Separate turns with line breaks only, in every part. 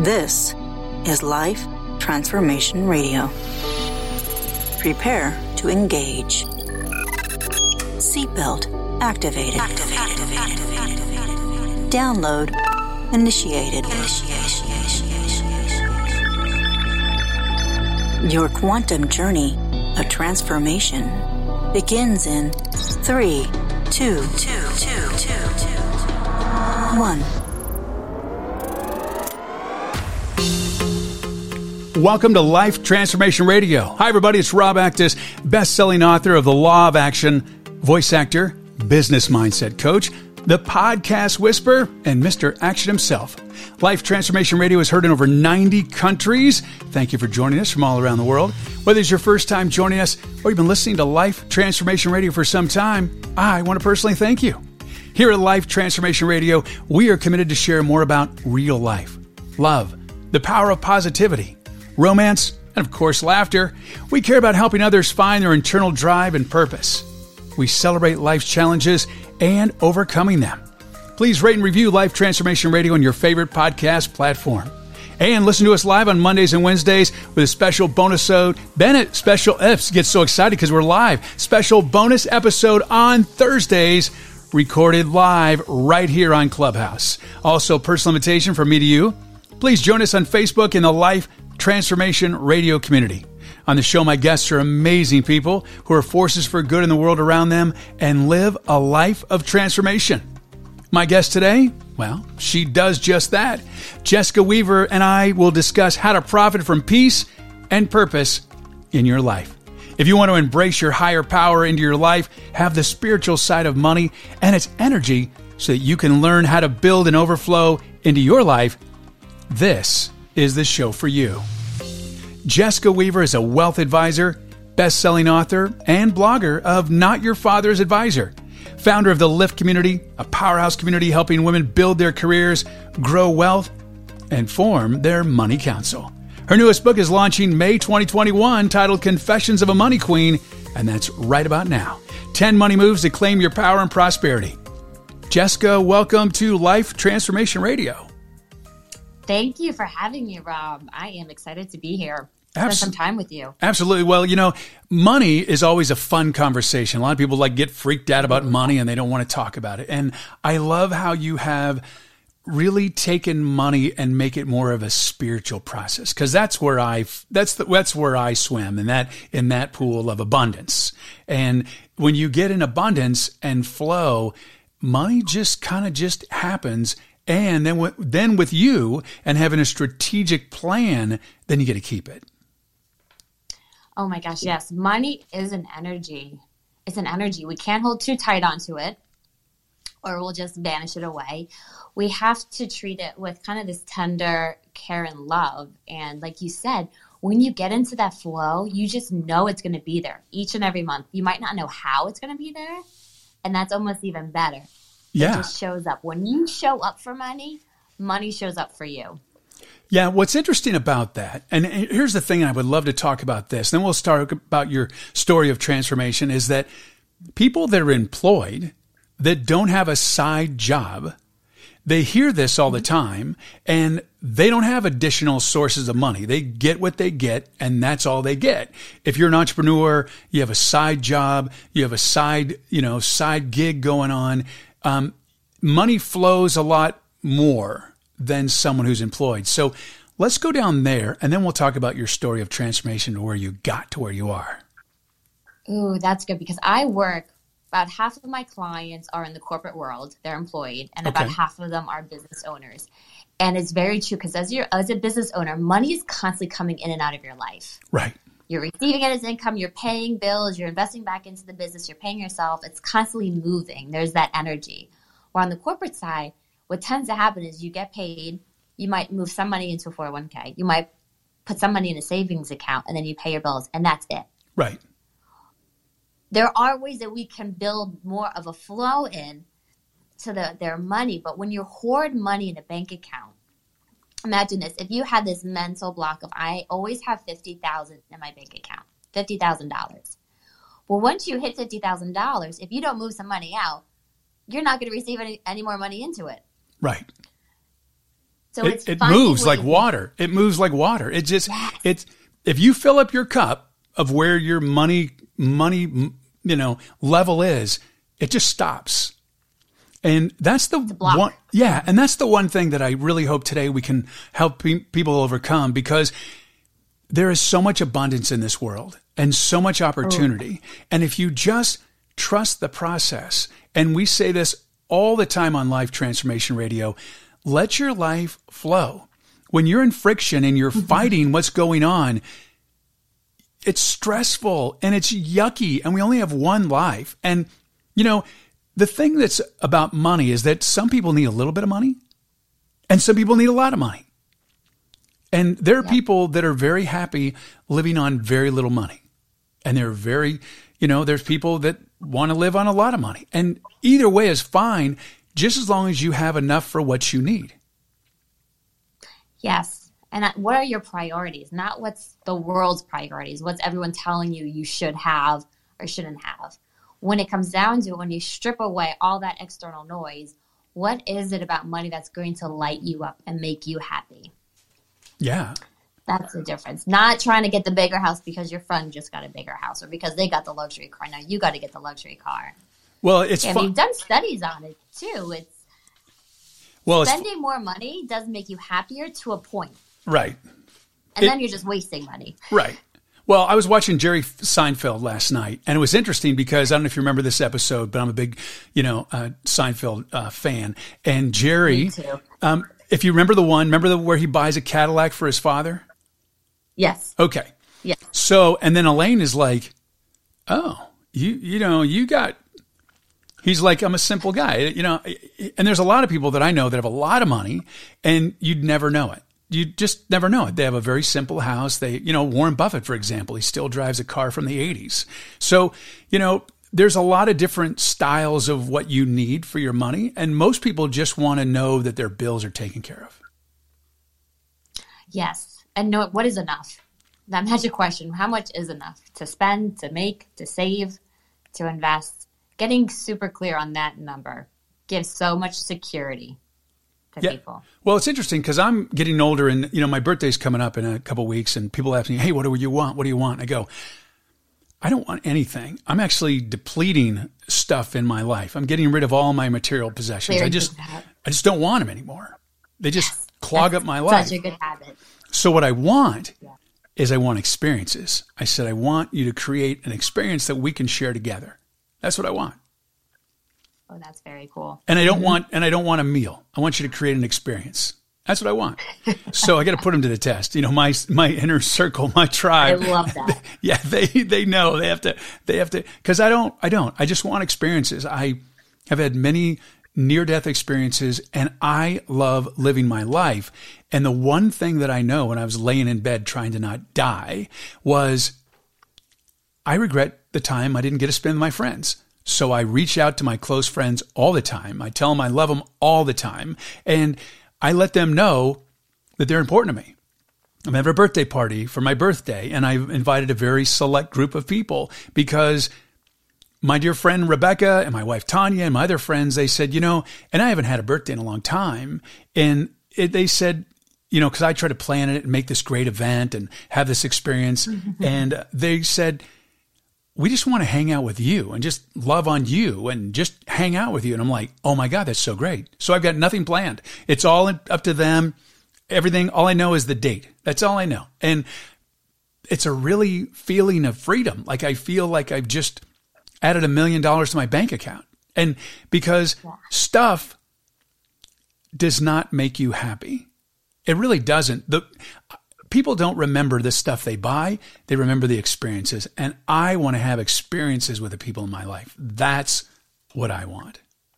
This is Life Transformation Radio. Prepare to engage. Seatbelt activated. Download initiated. Your quantum journey of transformation begins in 3, 2, 1.
Welcome to Life Transformation Radio. Hi, everybody. It's Rob Actis, best-selling author of The Law of Action, voice actor, business mindset coach, the podcast whisperer, and Mr. Action himself. Life Transformation Radio is heard in over 90 countries. Thank you for joining us from all around the world. Whether it's your first time joining us or you've been listening to Life Transformation Radio for some time, I want to personally thank you. Here at Life Transformation Radio, we are committed to share more about real life, love, the power of positivity, romance, and of course, laughter. We care about helping others find their internal drive and purpose. We celebrate life's challenges and overcoming them. Please rate and review Life Transformation Radio on your favorite podcast platform. And listen to us live on Mondays and Wednesdays with a special bonus episode. Gets so excited because we're live. Special bonus episode on Thursdays, recorded live right here on Clubhouse. Also, personal invitation from me to you. Please join us on Facebook in the Life Transformation Radio community. On the show, my guests are amazing people who are forces for good in the world around them and live a life of transformation. My guest today, well, she does just that. Jessica Weaver and I will discuss how to profit from peace and purpose in your life. If you want to embrace your higher power into your life, have the spiritual side of money and its energy so that you can learn how to build and overflow into your life, this is the show for you. Jessica Weaver is a wealth advisor, best-selling author, and blogger of Not Your Father's Advisor, founder of the Lift Community, a powerhouse community helping women build their careers, grow wealth, and form their money council. Her newest book is launching May 2021, titled Confessions of a Money Queen, and that's right about now. 10 money moves to claim your power and prosperity. Jessica, welcome to Life Transformation Radio.
Thank you for having me, Rob. I am excited to be here. Spend some time with you.
Absolutely. Well, you know, money is always a fun conversation. A lot of people get freaked out about money and they don't want to talk about it. And I love how you have really taken money and make it more of a spiritual process, because that's where I swim in that pool of abundance. And when you get in abundance and flow, money just kind of just happens. And then with you and having a strategic plan, then you get to keep it.
Oh my gosh, yes. Money is an energy. It's an energy. We can't hold too tight onto it or we'll just vanish it away. We have to treat it with kind of this tender care and love. And like you said, when you get into that flow, you just know it's going to be there each and every month. You might not know how it's going to be there, and that's almost even better.
Yeah.
It just shows up. When you show up for money, money shows up for you.
Yeah, what's interesting about that, and here's the thing, and I would love to talk about this, then we'll start about your story of transformation, is that people that are employed that don't have a side job, they hear this all the time, and they don't have additional sources of money. They get what they get, and that's all they get. If you're an entrepreneur, you have a side job, you have a side gig going on, money flows a lot more than someone who's employed. So let's go down there, and then we'll talk about your story of transformation to where you got to where you are.
Ooh, that's good, because I work, about half of my clients are in the corporate world, they're employed, and about half of them are business owners. And it's very true, because as a business owner, money is constantly coming in and out of your life.
Right.
You're receiving it as income, you're paying bills, you're investing back into the business, you're paying yourself. It's constantly moving. There's that energy. Where on the corporate side, what tends to happen is you get paid, you might move some money into a 401k, you might put some money in a savings account, and then you pay your bills, and that's it.
Right.
There are ways that we can build more of a flow in to their money, but when you hoard money in a bank account, imagine this. If you had this mental block of, I always have $50,000 in my bank account, $50,000. Well, once you hit $50,000, if you don't move some money out, you're not going to receive any more money into it.
Right.
So
it moves like water. It moves like water. It just, if you fill up your cup of where your money, level is, it just stops. And that's the one. Yeah. And that's the one thing that I really hope today we can help people overcome, because there is so much abundance in this world and so much opportunity. And if you just trust the process, and we say this all the time on Life Transformation Radio, let your life flow. When you're in friction and you're fighting what's going on, it's stressful and it's yucky, and we only have one life. And, the thing that's about money is that some people need a little bit of money and some people need a lot of money. And there are people that are very happy living on very little money. And they're very, there's people that want to live on a lot of money. And either way is fine, just as long as you have enough for what you need.
Yes. And what are your priorities? Not what's the world's priorities, what's everyone telling you should have or shouldn't have. When it comes down to it, when you strip away all that external noise, what is it about money that's going to light you up and make you happy? Yeah. That's the difference. Not trying to get the bigger house because your friend just got a bigger house or because they got the luxury car. Now you got to get the luxury car.
Well, it's
fun. We've done studies on it too. Spending more money does make you happier to a point.
Right.
And then you're just wasting money.
Right. Well, I was watching Jerry Seinfeld last night, and it was interesting because I don't know if you remember this episode, but I'm a big, Seinfeld fan. And Jerry,
Me too.
If you remember where he buys a Cadillac for his father?
Yes.
Okay.
Yes.
So, and then Elaine is like, oh, he's like, I'm a simple guy, and there's a lot of people that I know that have a lot of money, and you'd never know it. You just never know it. They have a very simple house. They, Warren Buffett, for example, he still drives a car from the 80s. So, there's a lot of different styles of what you need for your money. And most people just want to know that their bills are taken care of.
Yes. And know what is enough? That magic question. How much is enough to spend, to make, to save, to invest? Getting super clear on that number gives so much security to people.
Well, it's interesting because I'm getting older, and my birthday's coming up in a couple of weeks, and people ask me, "Hey, what do you want? What do you want?" I go, "I don't want anything. I'm actually depleting stuff in my life. I'm getting rid of all my material possessions. I just don't want them anymore. They just clog up my life."
Such a good habit.
So what I want is I want experiences. I said, I want you to create an experience that we can share together. That's what I want.
Oh, that's very cool.
And I don't want a meal. I want you to create an experience. That's what I want. So I got to put them to the test. My inner circle, my tribe.
I love that.
Yeah, they know they have to, because I don't. I just want experiences. I have had many near-death experiences, and I love living my life. And the one thing that I know when I was laying in bed trying to not die was I regret the time I didn't get to spend with my friends. So I reach out to my close friends all the time. I tell them I love them all the time. And I let them know that they're important to me. I'm having a birthday party for my birthday, and I've invited a very select group of people because my dear friend Rebecca and my wife Tanya and my other friends, they said, and I haven't had a birthday in a long time. And they said, because I try to plan it and make this great event and have this experience. And they said, we just want to hang out with you and just love on you and just hang out with you. And I'm like, oh my God, that's so great. So I've got nothing planned. It's all up to them. Everything, all I know is the date. That's all I know. And it's a really feeling of freedom. Like I feel like I've just added $1 million to my bank account. And because stuff does not make you happy. It really doesn't. People don't remember the stuff they buy. They remember the experiences. And I want to have experiences with the people in my life. That's what I want.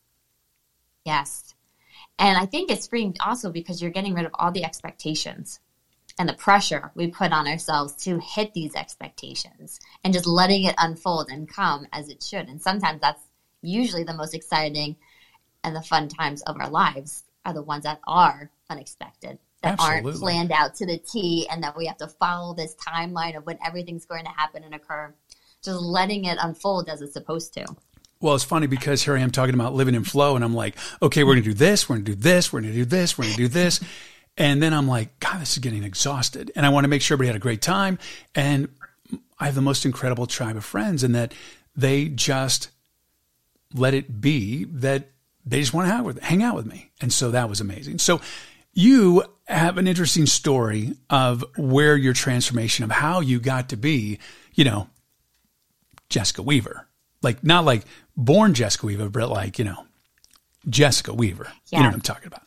Yes. And I think it's freeing also because you're getting rid of all the expectations and the pressure we put on ourselves to hit these expectations and just letting it unfold and come as it should. And sometimes that's usually the most exciting and the fun times of our lives are the ones that are unexpected. That
Absolutely.
Aren't planned out to the T, and that we have to follow this timeline of when everything's going to happen and occur. Just letting it unfold as it's supposed to.
Well, it's funny because here I am talking about living in flow, and I'm like, okay, we're going to do this, we're going to do this, we're going to do this, we're going to do this. And then I'm like, God, this is getting exhausted. And I want to make sure everybody had a great time. And I have the most incredible tribe of friends, and that they just let it be that they just want to hang out with me. And so that was amazing. So you have an interesting story of where your transformation, of how you got to be, you know, Jessica Weaver. Like, not like born Jessica Weaver, but like, you know, Jessica Weaver.
Yeah.
You know what I'm talking about.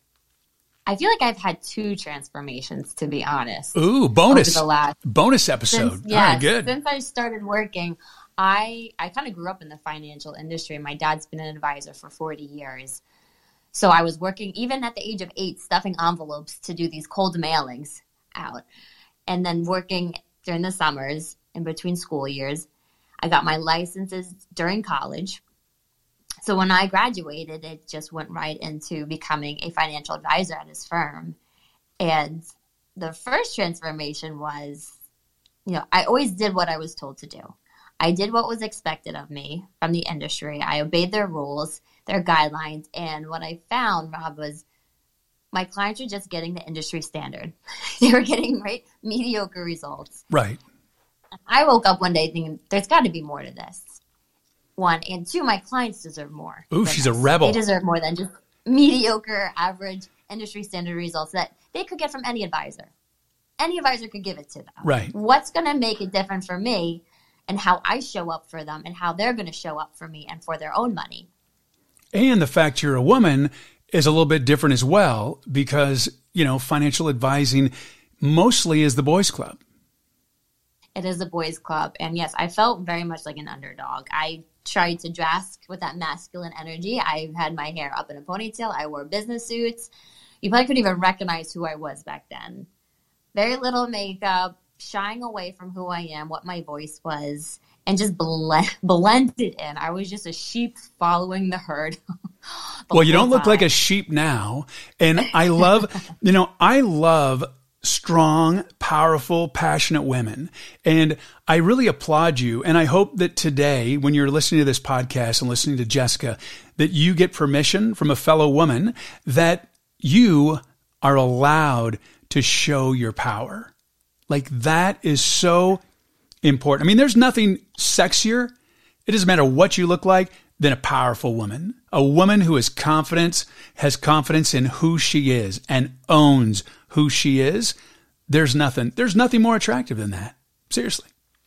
I feel like I've had 2 transformations, to be honest.
Ooh, bonus.
Over the last,
bonus episode.
All right,
good.
Since I started working, I kind of grew up in the financial industry. My dad's been an advisor for 40 years. So I was working, even at the age of 8, stuffing envelopes to do these cold mailings out. And then working during the summers in between school years. I got my licenses during college. So when I graduated, it just went right into becoming a financial advisor at his firm. And the first transformation was, you know, I always did what I was told to do. I did what was expected of me from the industry. I obeyed their rules, their guidelines. And what I found, Rob, was my clients were just getting the industry standard. They were getting mediocre results.
Right.
I woke up one day thinking, there's got to be more to this. 1, and 2, my clients deserve more.
Ooh, she's a rebel.
They deserve more than just mediocre, average, industry standard results that they could get from any advisor. Any advisor could give it to them.
Right.
What's going to make it different for me and how I show up for them and how they're going to show up for me and for their own money?
And the fact you're a woman is a little bit different as well, because, you know, financial advising mostly is the boys' club.
It is a boys' club. And yes, I felt very much like an underdog. I tried to dress with that masculine energy. I had my hair up in a ponytail. I wore business suits. You probably couldn't even recognize who I was back then. Very little makeup, shying away from who I am, what my voice was, and just blended in. I was just a sheep following the herd.
Well, you don't look like a sheep now. And I love, I love strong, powerful, passionate women. And I really applaud you. And I hope that today, when you're listening to this podcast and listening to Jessica, that you get permission from a fellow woman that you are allowed to show your power. Like, that is so important. I mean, there's nothing sexier. It doesn't matter what you look like than a powerful woman. A woman who has confidence in who she is and owns who she is. There's nothing more attractive than that. Seriously.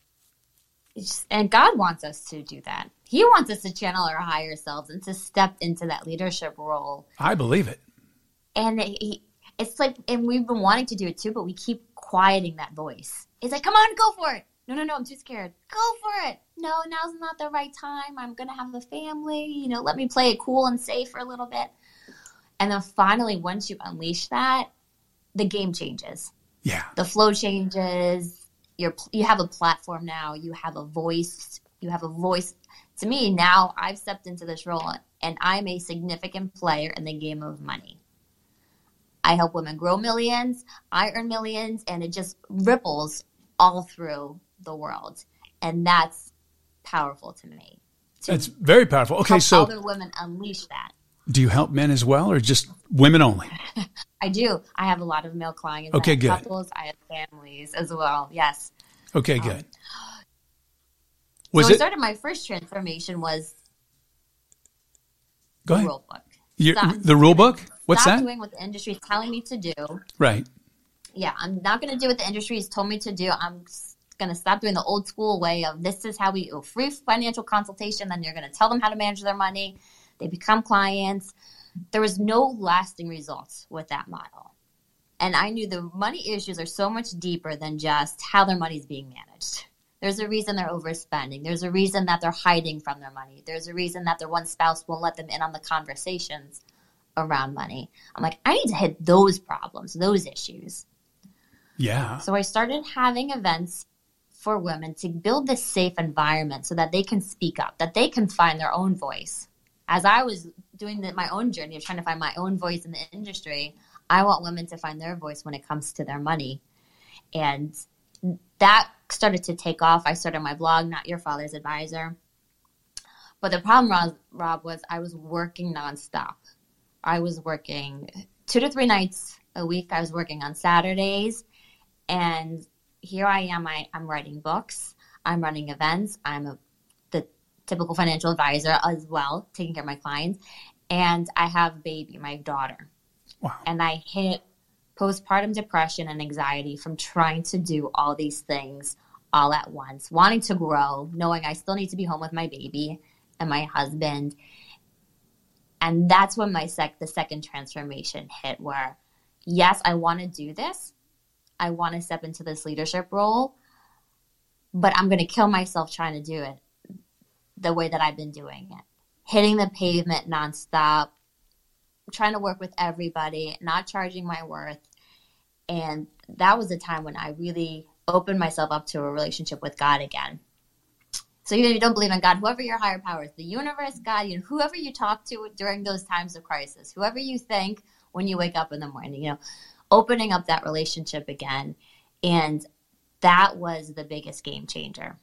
And God wants us to do that. He wants us to channel our higher selves and to step into that leadership role.
I believe it.
And it's like, and we've been wanting to do it too, but we keep quieting that voice. It's like, come on, go for it. No, I'm too scared. Go for it. No, now's not the right time. I'm going to have a family. Let me play it cool and safe for a little bit. And then finally, once you unleash that, the game changes.
Yeah.
The flow changes. You have a platform now. You have a voice. To me, now I've stepped into this role and I'm a significant player in the game of money. I help women grow millions. I earn millions, and it just ripples all through the world. And that's powerful to me.
It's very powerful. Okay, so
other women unleash that.
Do you help men as well, or just women only?
I do. I have a lot of male clients.
Okay, good.
Couples. I have families as well. Yes.
Okay, good.
So I started my first transformation was
Go ahead.
The rule book.
The rule book? What's
Stop
that?
doing what the industry is telling me to do.
Right.
Yeah, I'm not going to do what the industry has told me to do. I'm going to stop doing the old school way of this is how we free financial consultation. Then you're going to tell them how to manage their money. They become clients. There was no lasting results with that model. And I knew the money issues are so much deeper than just how their money is being managed. There's a reason they're overspending. There's a reason that they're hiding from their money. There's a reason that their one spouse won't let them in on the conversations around money. I'm like, I need to hit those problems, those issues.
Yeah.
So I started having events for women to build this safe environment so that they can speak up, that they can find their own voice. As I was doing my own journey of trying to find my own voice in the industry, I want women to find their voice when it comes to their money. And that started to take off. I started my blog, Not Your Father's Advisor. But the problem, Rob, was I was working nonstop. I was working 2 to 3 nights a week. I was working on Saturdays. And here I am. I'm writing books. I'm running events. I'm the typical financial advisor as well, taking care of my clients. And I have baby, my daughter.
Wow.
And I hit postpartum depression and anxiety from trying to do all these things all at once, wanting to grow, knowing I still need to be home with my baby and my husband. And that's when the second transformation hit, where, yes, I want to do this. I want to step into this leadership role, but I'm going to kill myself trying to do it the way that I've been doing it. Hitting the pavement nonstop, trying to work with everybody, not charging my worth. And that was a time when I really opened myself up to a relationship with God again. So even if you don't believe in God, whoever your higher power is, the universe, God, whoever you talk to during those times of crisis, whoever you think when you wake up in the morning, opening up that relationship again. And that was the biggest game changer.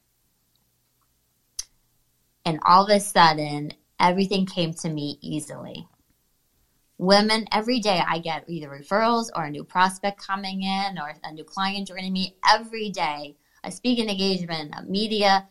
And all of a sudden, everything came to me easily. Women, every day I get either referrals or a new prospect coming in or a new client joining me. Every day, a speaking engagement, a media,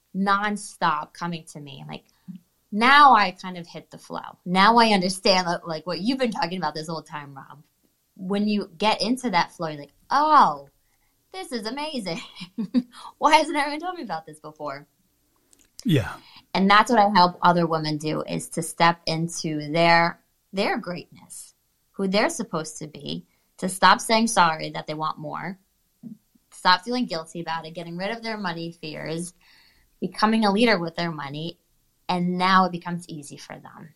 nonstop coming to me. Like, now I kind of hit the flow. Now I understand like what you've been talking about this whole time, Rob. When you get into that flow, you're like, oh, this is amazing. Why hasn't everyone told me about this before?
Yeah.
And that's what I help other women do, is to step into their greatness, who they're supposed to be, to stop saying sorry that they want more, stop feeling guilty about it, getting rid of their money fears, becoming a leader with their money, and now it becomes easy for them.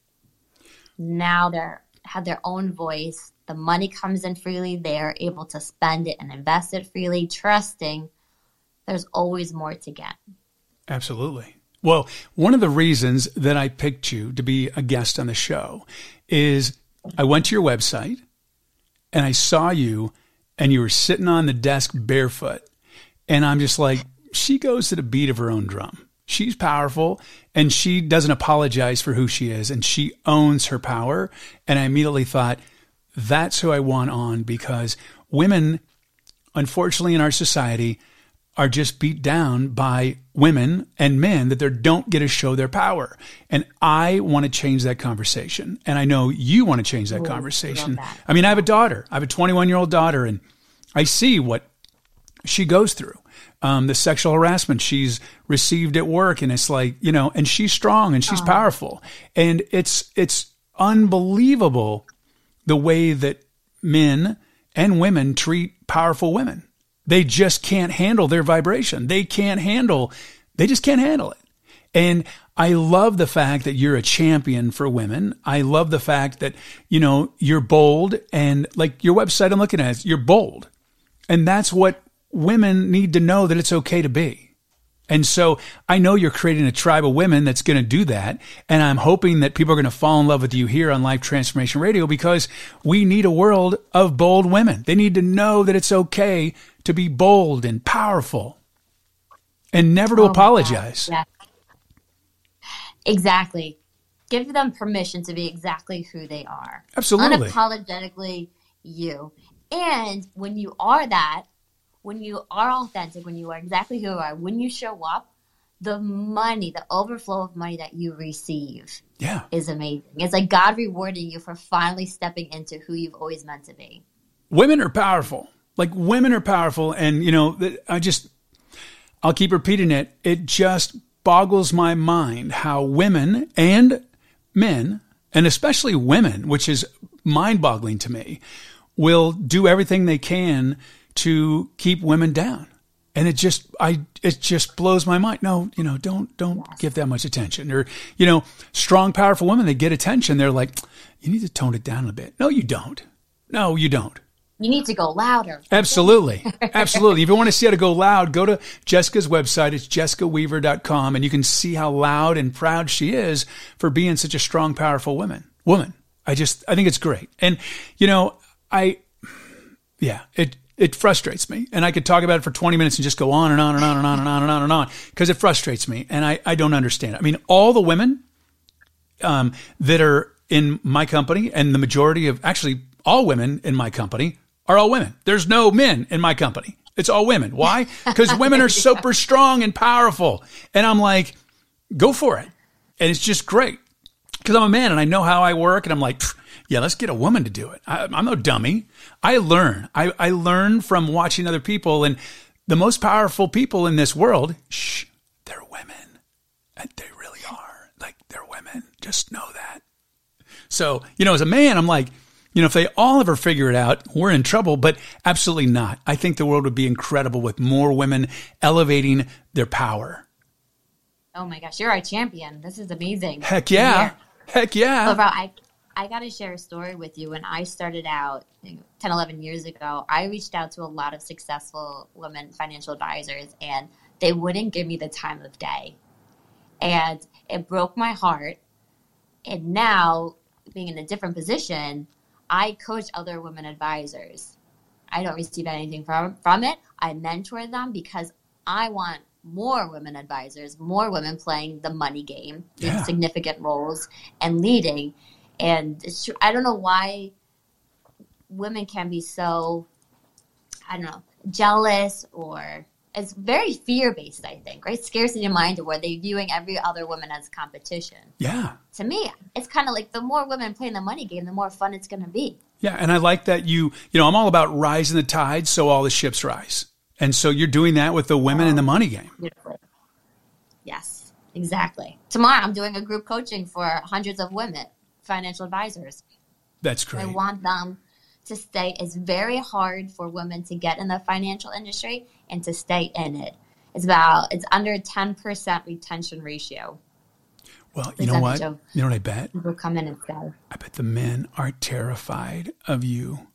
Now they have their own voice. The money comes in freely. They're able to spend it and invest it freely, trusting there's always more to get.
Absolutely. Well, one of the reasons that I picked you to be a guest on the show is I went to your website and I saw you and you were sitting on the desk barefoot. And I'm just like, she goes to the beat of her own drum. She's powerful and she doesn't apologize for who she is and she owns her power. And I immediately thought, that's who I want on, because women, unfortunately, in our society are just beat down by women and men that they don't get to show their power. And I want to change that conversation. And I know you want to change that conversation. I mean, I have a daughter. I have a 21-year-old daughter, and I see what she goes through. The sexual harassment she's received at work. And it's like, and she's strong and she's powerful. And it's unbelievable the way that men and women treat powerful women. They just can't handle their vibration. They just can't handle it. And I love the fact that you're a champion for women. I love the fact that, you're bold, and like your website I'm looking at, you're bold. And that's what women need to know, that it's okay to be. And so I know you're creating a tribe of women that's going to do that. And I'm hoping that people are going to fall in love with you here on Life Transformation Radio, because we need a world of bold women. They need to know that it's okay to be bold and powerful and never to apologize.
Yeah. Exactly. Give them permission to be exactly who they are.
Absolutely.
Unapologetically you. And when you are that, when you are authentic, when you are exactly who you are, when you show up, the money, the overflow of money that you receive is amazing. It's like God rewarding you for finally stepping into who you've always meant to be.
Women are powerful. Like, women are powerful. And, I'll keep repeating it. It just boggles my mind how women and men, and especially women, which is mind-boggling to me, will do everything they can to keep women down. And it just blows my mind. No, don't give that much attention. Or, strong, powerful women, they get attention. They're like, you need to tone it down a bit. No, you don't. No, you don't.
You need to go louder.
Absolutely. Absolutely. If you want to see how to go loud, go to Jessica's website. It's jessicaweaver.com, and you can see how loud and proud she is for being such a strong, powerful woman. I think it's great. And, it frustrates me. And I could talk about it for 20 minutes and just go on and on and on and on and on and on and on, because it frustrates me. And I don't understand it. I mean, all the women that are in my company, and the majority of, actually all women in my company, are all women. There's no men in my company. It's all women. Why? Because women are super strong and powerful. And I'm like, go for it. And it's just great because I'm a man and I know how I work. And I'm like, yeah, let's get a woman to do it. I'm no dummy. I learn. I learn from watching other people. And the most powerful people in this world, they're women. And they really are. Like, they're women. Just know that. So, as a man, I'm like, if they all ever figure it out, we're in trouble, but absolutely not. I think the world would be incredible with more women elevating their power.
Oh my gosh, you're our champion. This is amazing.
Heck yeah. Heck yeah.
So, bro, I got to share a story with you. When I started out 10, 11 years ago, I reached out to a lot of successful women financial advisors, and they wouldn't give me the time of day. And it broke my heart. And now, being in a different position, I coach other women advisors. I don't receive anything from it. I mentor them because I want more women advisors, more women playing the money game, in significant roles and leading. And it's true. I don't know why women can be so, jealous, or it's very fear-based, I think, right? Scarcity minded, where they're viewing every other woman as competition.
Yeah.
To me, it's kind of like the more women playing the money game, the more fun it's going to be.
Yeah, and I like that I'm all about rising the tide so all the ships rise. And so you're doing that with the women in the money game.
Beautifully. Yes, exactly. Tomorrow I'm doing a group coaching for hundreds of women, financial advisors.
That's great.
I want them to stay. It's very hard for women to get in the financial industry and to stay in it. It's under 10% retention ratio.
Well, you know what? You know what I bet?
People come in and stay.
I bet the men are terrified of you.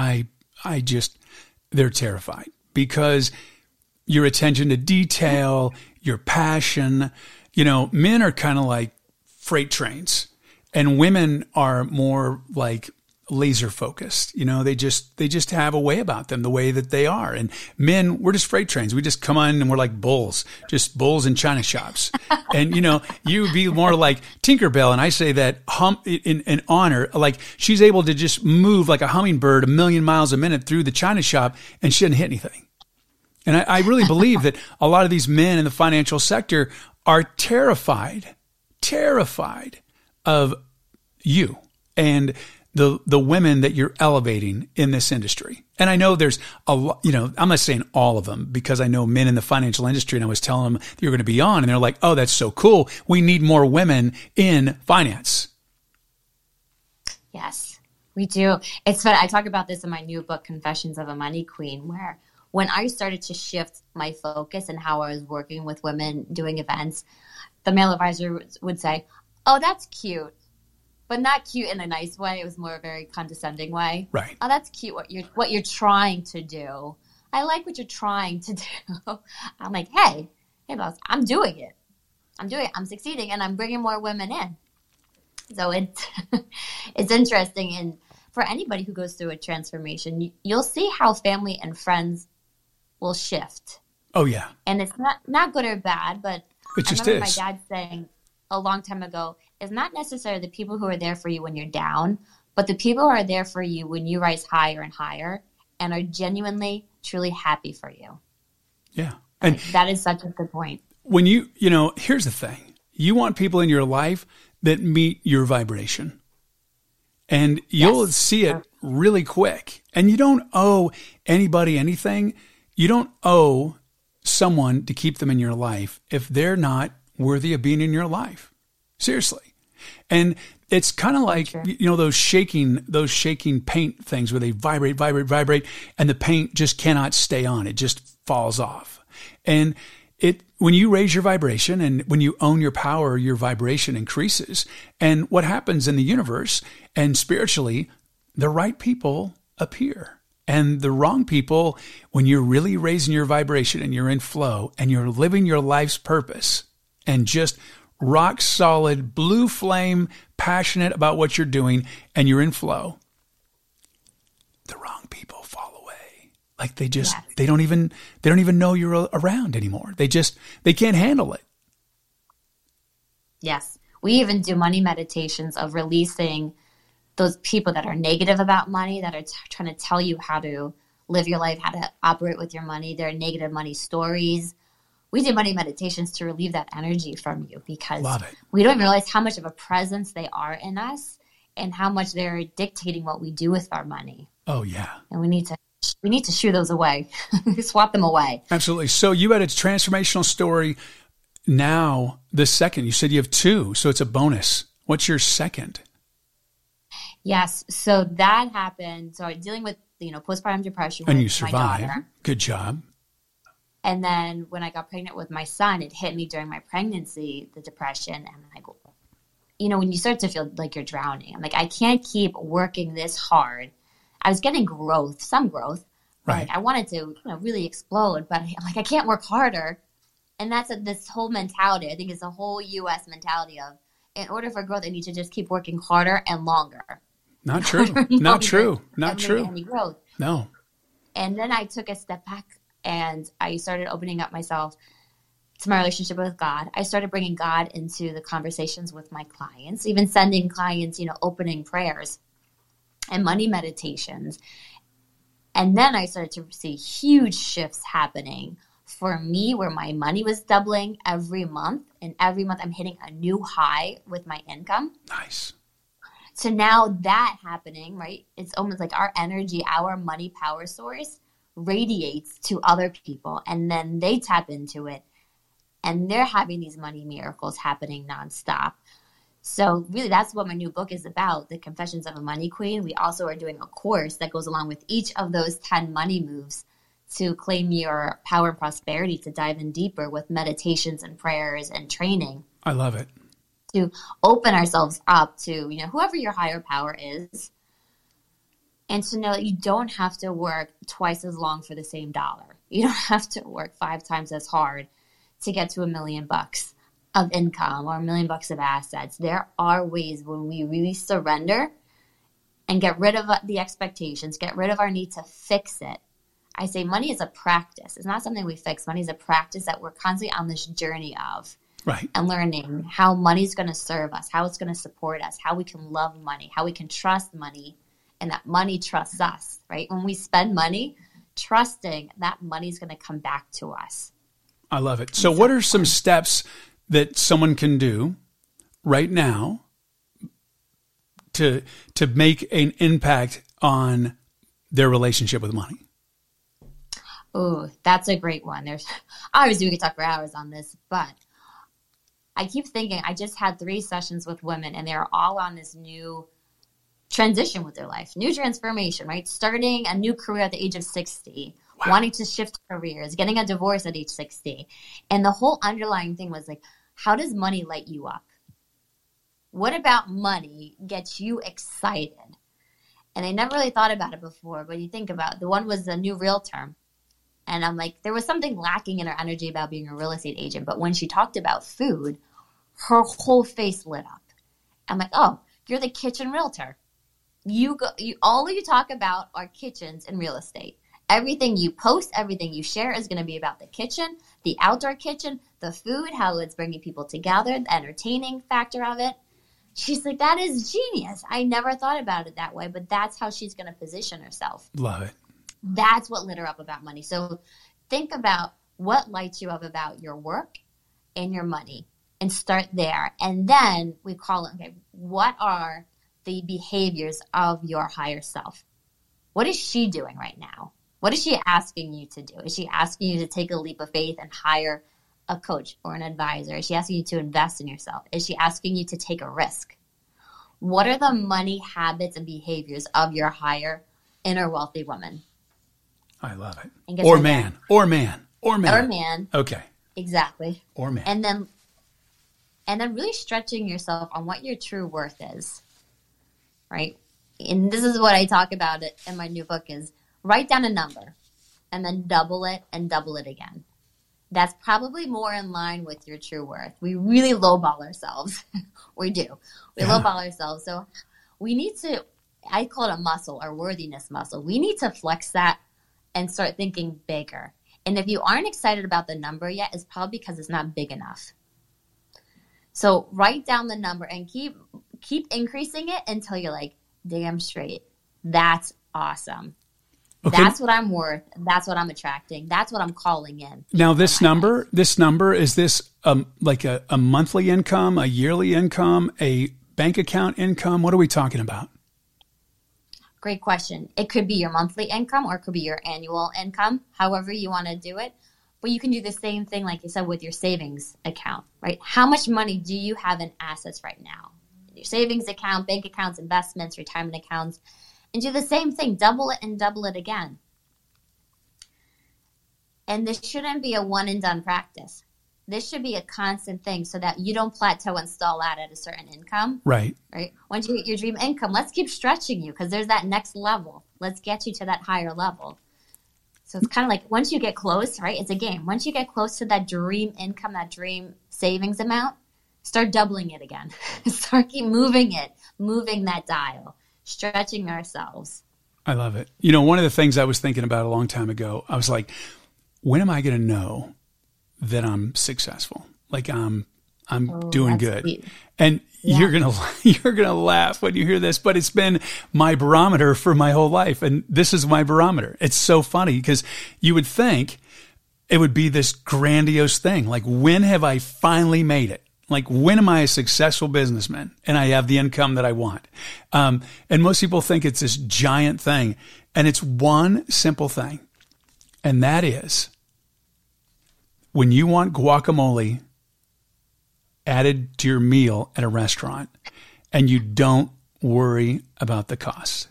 They're terrified because your attention to detail, your passion, men are kind of like freight trains and women are more like laser focused. They just have a way about them, the way that they are. And men, we're just freight trains. We just come on and we're like bulls, just bulls in china shops. And you would be more like Tinkerbell. And I say that in honor, like she's able to just move like a hummingbird 1,000,000 miles a minute through the china shop and she didn't hit anything. And I really believe that a lot of these men in the financial sector are terrified of you and the women that you're elevating in this industry. And I know there's a lot, I'm not saying all of them because I know men in the financial industry, and I was telling them that you're going to be on and they're like, oh, that's so cool. We need more women in finance.
Yes, we do. It's fun. I talk about this in my new book, Confessions of a Money Queen, where when I started to shift my focus and how I was working with women doing events, the male advisor would say, oh, that's cute. But not cute in a nice way. It was more a very condescending way. Right. Oh, that's cute what you're trying to do. I like what you're trying to do. I'm like, hey, boss, I'm doing it. I'm succeeding, and I'm bringing more women in. So it's interesting. And for anybody who goes through a transformation, you'll see how family and friends will shift.
Oh, yeah.
And it's not good or bad, but
it just
I remember
is.
My dad saying a long time ago, it's not necessarily the people who are there for you when you're down, but the people who are there for you when you rise higher and higher and are genuinely, truly happy for you.
Yeah. And
that is such a good point.
When here's the thing. You want people in your life that meet your vibration. And you'll see it really quick. And you don't owe anybody anything. You don't owe someone to keep them in your life if they're not worthy of being in your life. Seriously. And it's kind of like, those shaking paint things where they vibrate, and the paint just cannot stay on. It just falls off. And when you raise your vibration and when you own your power, your vibration increases. And what happens in the universe and spiritually, the right people appear. And the wrong people, when you're really raising your vibration and you're in flow and you're living your life's purpose and just rock solid, blue flame, passionate about what you're doing, and you're in flow, the wrong people fall away. Like they don't even know you're around anymore. They can't handle it.
Yes. We even do money meditations of releasing those people that are negative about money, that are trying to tell you how to live your life, how to operate with your money. There are negative money stories. We do money meditations to relieve that energy from you, because we don't realize how much of a presence they are in us and how much they're dictating what we do with our money.
Oh, yeah.
And we need to shoo those away, swat them away.
Absolutely. So you had a transformational story. Now, the second, you said you have two, so it's a bonus. What's your second?
Yes. So that happened. So dealing with, postpartum depression.
And you survived. Good job.
And then when I got pregnant with my son, it hit me during my pregnancy, the depression. And I go, when you start to feel like you're drowning, I'm like, I can't keep working this hard. I was getting some growth.
Right.
I wanted to, really explode, but I'm like, I can't work harder. And that's this whole mentality. I think it's a whole U.S. mentality of, in order for growth, I need to just keep working harder and longer.
Not true. Not true. Not true.
Any growth.
No.
And then I took a step back and I started opening up myself to my relationship with God. I started bringing God into the conversations with my clients, even sending clients, opening prayers and money meditations. And then I started to see huge shifts happening for me, where my money was doubling every month. And every month I'm hitting a new high with my income.
Nice.
So now that happening, right, it's almost like our energy, our money power source radiates to other people, and then they tap into it, and they're having these money miracles happening nonstop. So really, that's what my new book is about, The Confessions of a Money Queen. We also are doing a course that goes along with each of those 10 money moves to claim your power and prosperity, to dive in deeper with meditations and prayers and training.
I love it.
To open ourselves up to, whoever your higher power is, and to know that you don't have to work twice as long for the same dollar. You don't have to work 5 times as hard to get to $1 million of income or $1 million of assets. There are ways when we really surrender and get rid of the expectations, get rid of our need to fix it. I say money is a practice. It's not something we fix. Money is a practice that we're constantly on this journey of.
Right.
And learning how money's going to serve us, how it's going to support us, how we can love money, how we can trust money, and that money trusts us, right? When we spend money, trusting that money's going to come back to us.
I love it. So what are some steps that someone can do right now to make an impact on their relationship with money?
Oh, that's a great one. Obviously we could talk for hours on this, but I keep thinking, I just had 3 sessions with women, and they're all on this new transition with their life, new transformation, right? Starting a new career at the age of 60, wow. Wanting to shift careers, getting a divorce at age 60. And the whole underlying thing was like, how does money light you up? What about money gets you excited? And I never really thought about it before, but you think about it. The one was a new realtor. And I'm like, there was something lacking in her energy about being a real estate agent. But when she talked about food, her whole face lit up. I'm like, oh, you're the kitchen realtor. All you talk about are kitchens and real estate. Everything you post, everything you share is going to be about the kitchen, the outdoor kitchen, the food, how it's bringing people together, the entertaining factor of it. She's like, that is genius. I never thought about it that way, but that's how she's going to position herself.
Love it.
That's what lit her up about money. So think about what lights you up about your work and your money, and start there. And then we call it, okay, what are the behaviors of your higher self? What is she doing right now? What is she asking you to do? Is she asking you to take a leap of faith and hire a coach or an advisor? Is she asking you to invest in yourself? Is she asking you to take a risk? What are the money habits and behaviors of your higher inner wealthy woman?
I love it. Or man. Okay.
Exactly.
Or man.
And then really stretching yourself on what your true worth is. Right? And this is what I talk about it in my new book is write down a number and then double it and double it again. That's probably more in line with your true worth. We really lowball ourselves. We do. We lowball ourselves. So we need to, I call it a muscle, our worthiness muscle. We need to flex that and start thinking bigger. And if you aren't excited about the number yet, it's probably because it's not big enough. So write down the number and keep increasing it until you're like, damn straight. That's awesome.
Okay.
That's what I'm worth. That's what I'm attracting. That's what I'm calling in.
Now, this number, is this like a monthly income, a yearly income, a bank account income? What are we talking about?
Great question. It could be your monthly income or it could be your annual income, however you want to do it. But you can do the same thing, like you said, with your savings account, right? How much money do you have in assets right now? Your savings account, bank accounts, investments, retirement accounts, and do the same thing. Double it and double it again. And this shouldn't be a one and done practice. This should be a constant thing so that you don't plateau and stall out at a certain income.
Right.
Right. Once you hit your dream income, let's keep stretching you because there's that next level. Let's get you to that higher level. So it's kind of like once you get close, right? It's a game. Once you get close to that dream income, that dream savings amount, start doubling it again. Start keep moving it, moving that dial, stretching ourselves.
I love it. You know, one of the things I was thinking about a long time ago, I was like, when am I going to know that I'm successful? Like I'm doing good. Sweet. And you're going to laugh when you hear this, but it's been my barometer for my whole life. And this is my barometer. It's so funny because you would think it would be this grandiose thing. Like, when have I finally made it? Like, when am I a successful businessman and I have the income that I want? And most people think it's this giant thing. And it's one simple thing. And that is, when you want guacamole added to your meal at a restaurant and you don't worry about the cost.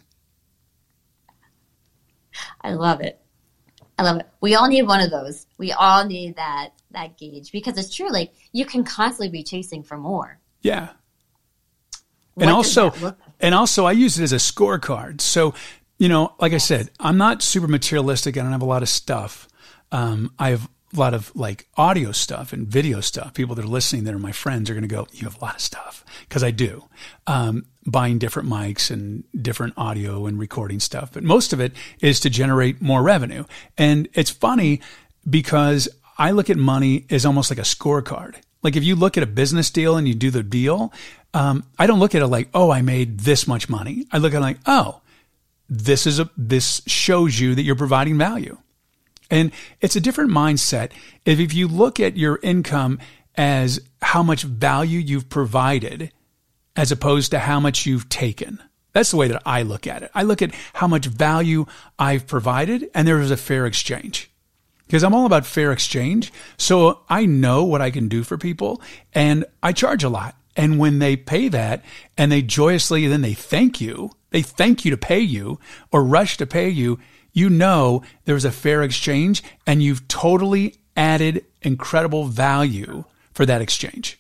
I love it. I love it. We all need one of those. We all need that gauge because it's true. Like, you can constantly be chasing for more.
Yeah. And also I use it as a scorecard. So, you know, like I said, I'm not super materialistic. I don't have a lot of stuff. I have a lot of like audio stuff and video stuff. People that are listening that are my friends are going to go, you have a lot of stuff. Because I do. Buying different mics and different audio and recording stuff. But most of it is to generate more revenue. And it's funny because I look at money as almost like a scorecard. Like, if you look at a business deal and you do the deal, I don't look at it like, oh, I made this much money. I look at it like, oh, this shows you that you're providing value. And it's a different mindset. If you look at your income as how much value you've provided as opposed to how much you've taken. That's the way that I look at it. I look at how much value I've provided, and there is a fair exchange. Because I'm all about fair exchange. So I know what I can do for people, and I charge a lot. And when they pay that and they joyously, then they thank you to pay you or rush to pay you, you know there's a fair exchange and you've totally added incredible value for that exchange.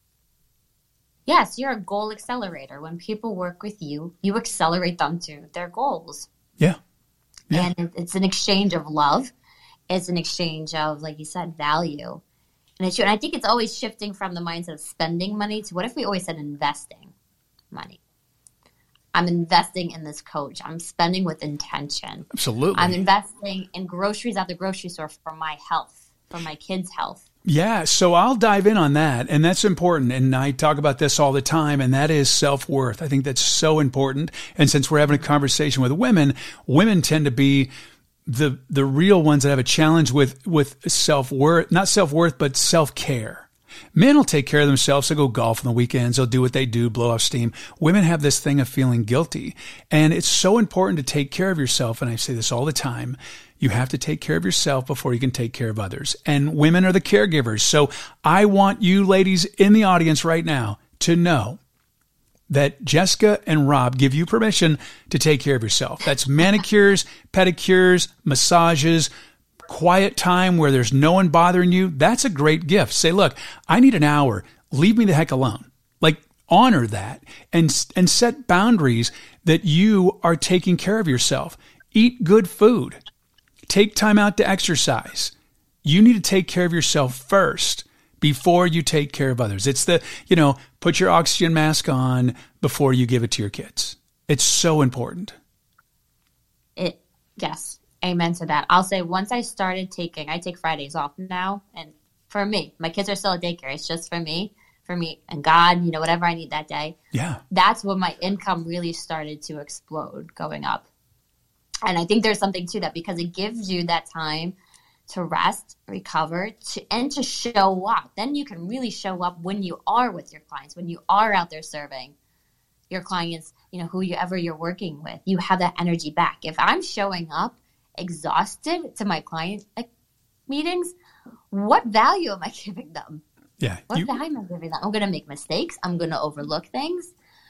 Yes, you're a goal accelerator. When people work with you, you accelerate them to their goals.
Yeah.
And it's an exchange of love. It's an exchange of, like you said, value. And I think it's always shifting from the mindset of spending money to what if we always said investing money? I'm investing in this coach. I'm spending with intention.
Absolutely.
I'm investing in groceries at the grocery store for my health, for my kids' health.
Yeah, so I'll dive in on that, and that's important, and I talk about this all the time, and that is self-worth. I think that's so important, and since we're having a conversation with women tend to be the real ones that have a challenge with self-worth, not self-worth, but self-care. Men will take care of themselves. They'll go golf on the weekends. They'll do what they do, blow off steam. Women have this thing of feeling guilty. And it's so important to take care of yourself. And I say this all the time. You have to take care of yourself before you can take care of others. And women are the caregivers. So I want you ladies in the audience right now to know that Jessica and Rob give you permission to take care of yourself. That's manicures, pedicures, massages, quiet time where there's no one bothering you. That's a great gift. Say, look, I need an hour. Leave me the heck alone. Like, honor that and set boundaries that you are taking care of yourself. Eat good food. Take time out to exercise. You need to take care of yourself first before you take care of others. It's put your oxygen mask on before you give it to your kids. It's so important.
Yes. Amen to that. I'll say once I started I take Fridays off now. And for me, my kids are still at daycare. It's just for me. for me and God, whatever I need that day.
Yeah.
That's when my income really started to explode going up. And I think there's something to that because it gives you that time to rest, recover, and to show up. Then you can really show up when you are with your clients, when you are out there serving your clients, whoever you're working with. You have that energy back. If I'm showing up exhausted to my client meetings, what value am I giving them?
Yeah.
What value am I giving them? I'm going to make mistakes. I'm going to overlook things.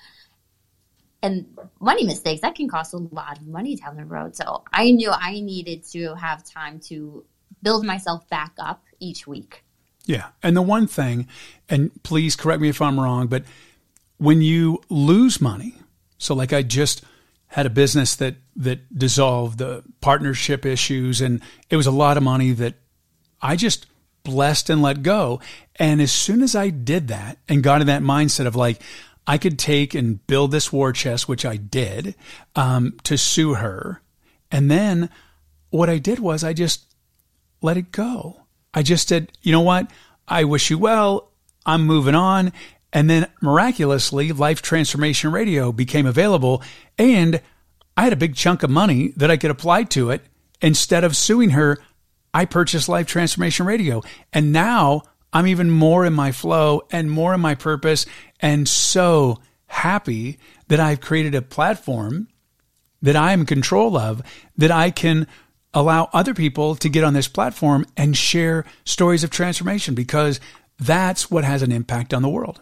And money mistakes, that can cost a lot of money down the road. So I knew I needed to have time to build myself back up each week.
Yeah. And the one thing, and please correct me if I'm wrong, but when you lose money, so like I just had a business that dissolved, the partnership issues, and it was a lot of money that I just blessed and let go. And as soon as I did that and got in that mindset of like, I could take and build this war chest, which I did, to sue her. And then what I did was I just let it go. I just said, you know what? I wish you well. I'm moving on. And then miraculously, Life Transformation Radio became available. And I had a big chunk of money that I could apply to it. Instead of suing her, I purchased Life Transformation Radio. And now I'm even more in my flow and more in my purpose, and so happy that I've created a platform that I am in control of, that I can allow other people to get on this platform and share stories of transformation, because that's what has an impact on the world.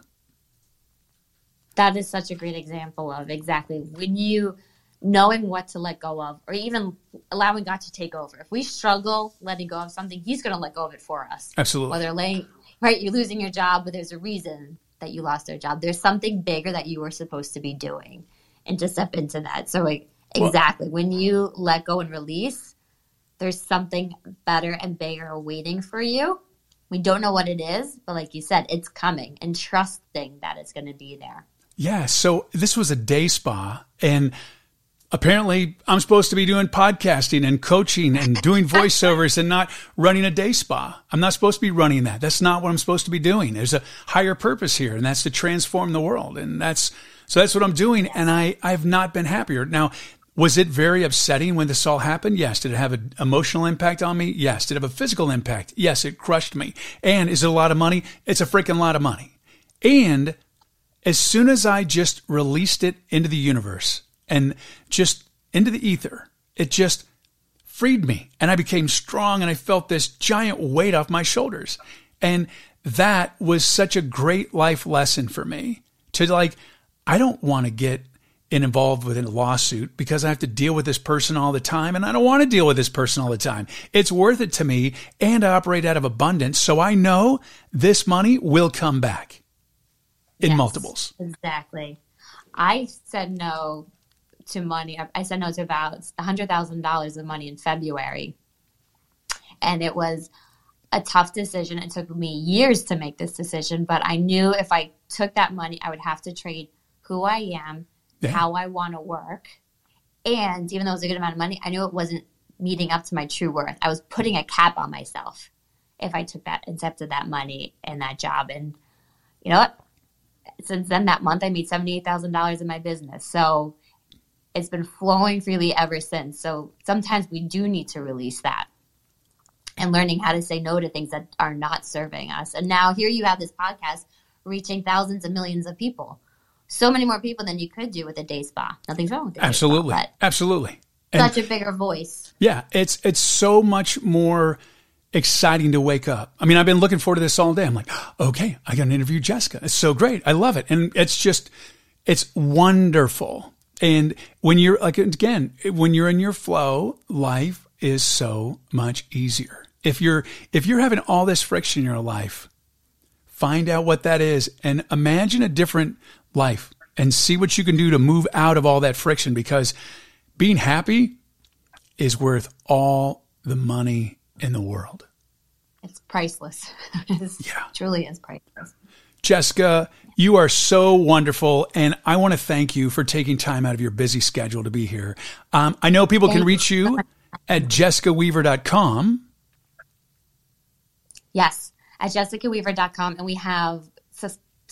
That is such a great example of exactly when you knowing what to let go of, or even allowing God to take over. If we struggle letting go of something, He's going to let go of it for us.
Absolutely.
Whether right, you're losing your job, but there's a reason that you lost your job. There's something bigger that you were supposed to be doing, and to step into that. So exactly, when you let go and release, there's something better and bigger waiting for you. We don't know what it is, but like you said, it's coming, and trusting that it's going to be there.
Yeah. So this was a day spa, and apparently I'm supposed to be doing podcasting and coaching and doing voiceovers and not running a day spa. I'm not supposed to be running that. That's not what I'm supposed to be doing. There's a higher purpose here, and that's to transform the world. And that's what I'm doing. And I've not been happier. Now, was it very upsetting when this all happened? Yes. Did it have an emotional impact on me? Yes. Did it have a physical impact? Yes. It crushed me. And is it a lot of money? It's a freaking lot of money. And as soon as I just released it into the universe and just into the ether, it just freed me, and I became strong, and I felt this giant weight off my shoulders. And that was such a great life lesson for me to I don't want to get involved with a lawsuit because I have to deal with this person all the time, and I don't want to deal with this person all the time. It's worth it to me, and I operate out of abundance, so I know this money will come back in multiples.
Exactly. I said no to money. I said no to about $100,000 of money in February. And it was a tough decision. It took me years to make this decision, but I knew if I took that money, I would have to trade who I am, how I want to work. And even though it was a good amount of money, I knew it wasn't meeting up to my true worth. I was putting a cap on myself if I took that, accepted that money and that job. And you know what? Since then, that month, I made $78,000 in my business. So it's been flowing freely ever since. So sometimes we do need to release that and learning how to say no to things that are not serving us. And now here you have this podcast reaching thousands of millions of people. So many more people than you could do with a day spa. Nothing's wrong with it.
Absolutely. Absolutely.
Such a bigger voice.
Yeah. It's so much more exciting to wake up. I mean, I've been looking forward to this all day. I'm like, okay, I got to interview Jessica. It's so great. I love it. And it's wonderful. And when you're when you're in your flow, life is so much easier. If you're having all this friction in your life, find out what that is and imagine a different life and see what you can do to move out of all that friction, because being happy is worth all the money in the world.
It's priceless. It truly is priceless.
Jessica, you are so wonderful, and I want to thank you for taking time out of your busy schedule to be here. I know people can reach you at jessicaweaver.com. Yes,
at jessicaweaver.com, and we have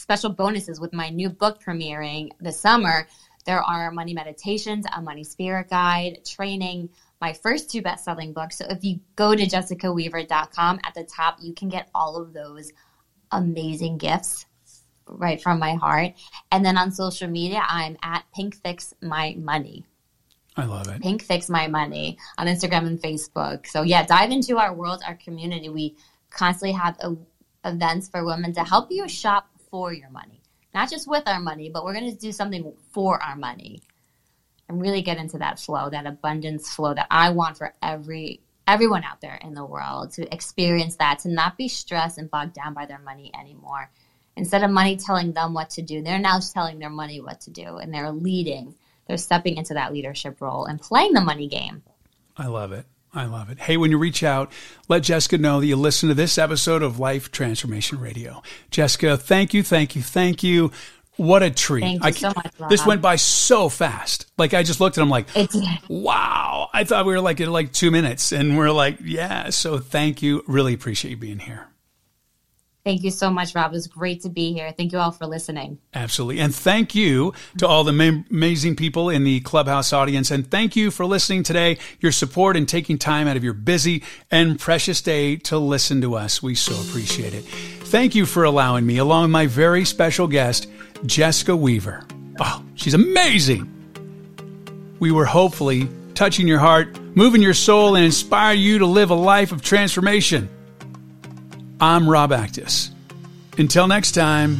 special bonuses with my new book premiering this summer. There are money meditations, a money spirit guide, training, my first 2 best-selling books. So if you go to jessicaweaver.com, at the top, you can get all of those amazing gifts right from my heart. And then on social media, I'm at Pink Fix My Money.
I love it.
Pink Fix My Money on Instagram and Facebook. So yeah, dive into our world, our community. We constantly have events for women to help you shop for your money. Not just with our money, but we're going to do something for our money. And really get into that flow, that abundance flow that I want for everyone out there in the world to experience that, to not be stressed and bogged down by their money anymore. Instead of money telling them what to do, they're now telling their money what to do, and they're leading. They're stepping into that leadership role and playing the money game.
I love it. I love it. Hey, when you reach out, let Jessica know that you listen to this episode of Life Transformation Radio. Jessica, thank you, thank you, thank you. What a treat.
Thank you so much, Rob.
This went by so fast. Like, I just looked at him like, wow. I thought we were like at 2 minutes. And we're like, yeah. So thank you. Really appreciate you being here.
Thank you so much, Rob. It was great to be here. Thank you all for listening.
Absolutely. And thank you to all the amazing people in the Clubhouse audience. And thank you for listening today, your support and taking time out of your busy and precious day to listen to us. We so appreciate it. Thank you for allowing me, along with my very special guest, Jessica Weaver. Oh, she's amazing. We were hopefully touching your heart, moving your soul, and inspire you to live a life of transformation. I'm Rob Actis. Until next time.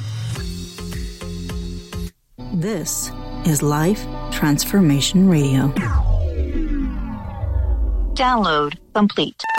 This is Life Transformation Radio.
Download complete.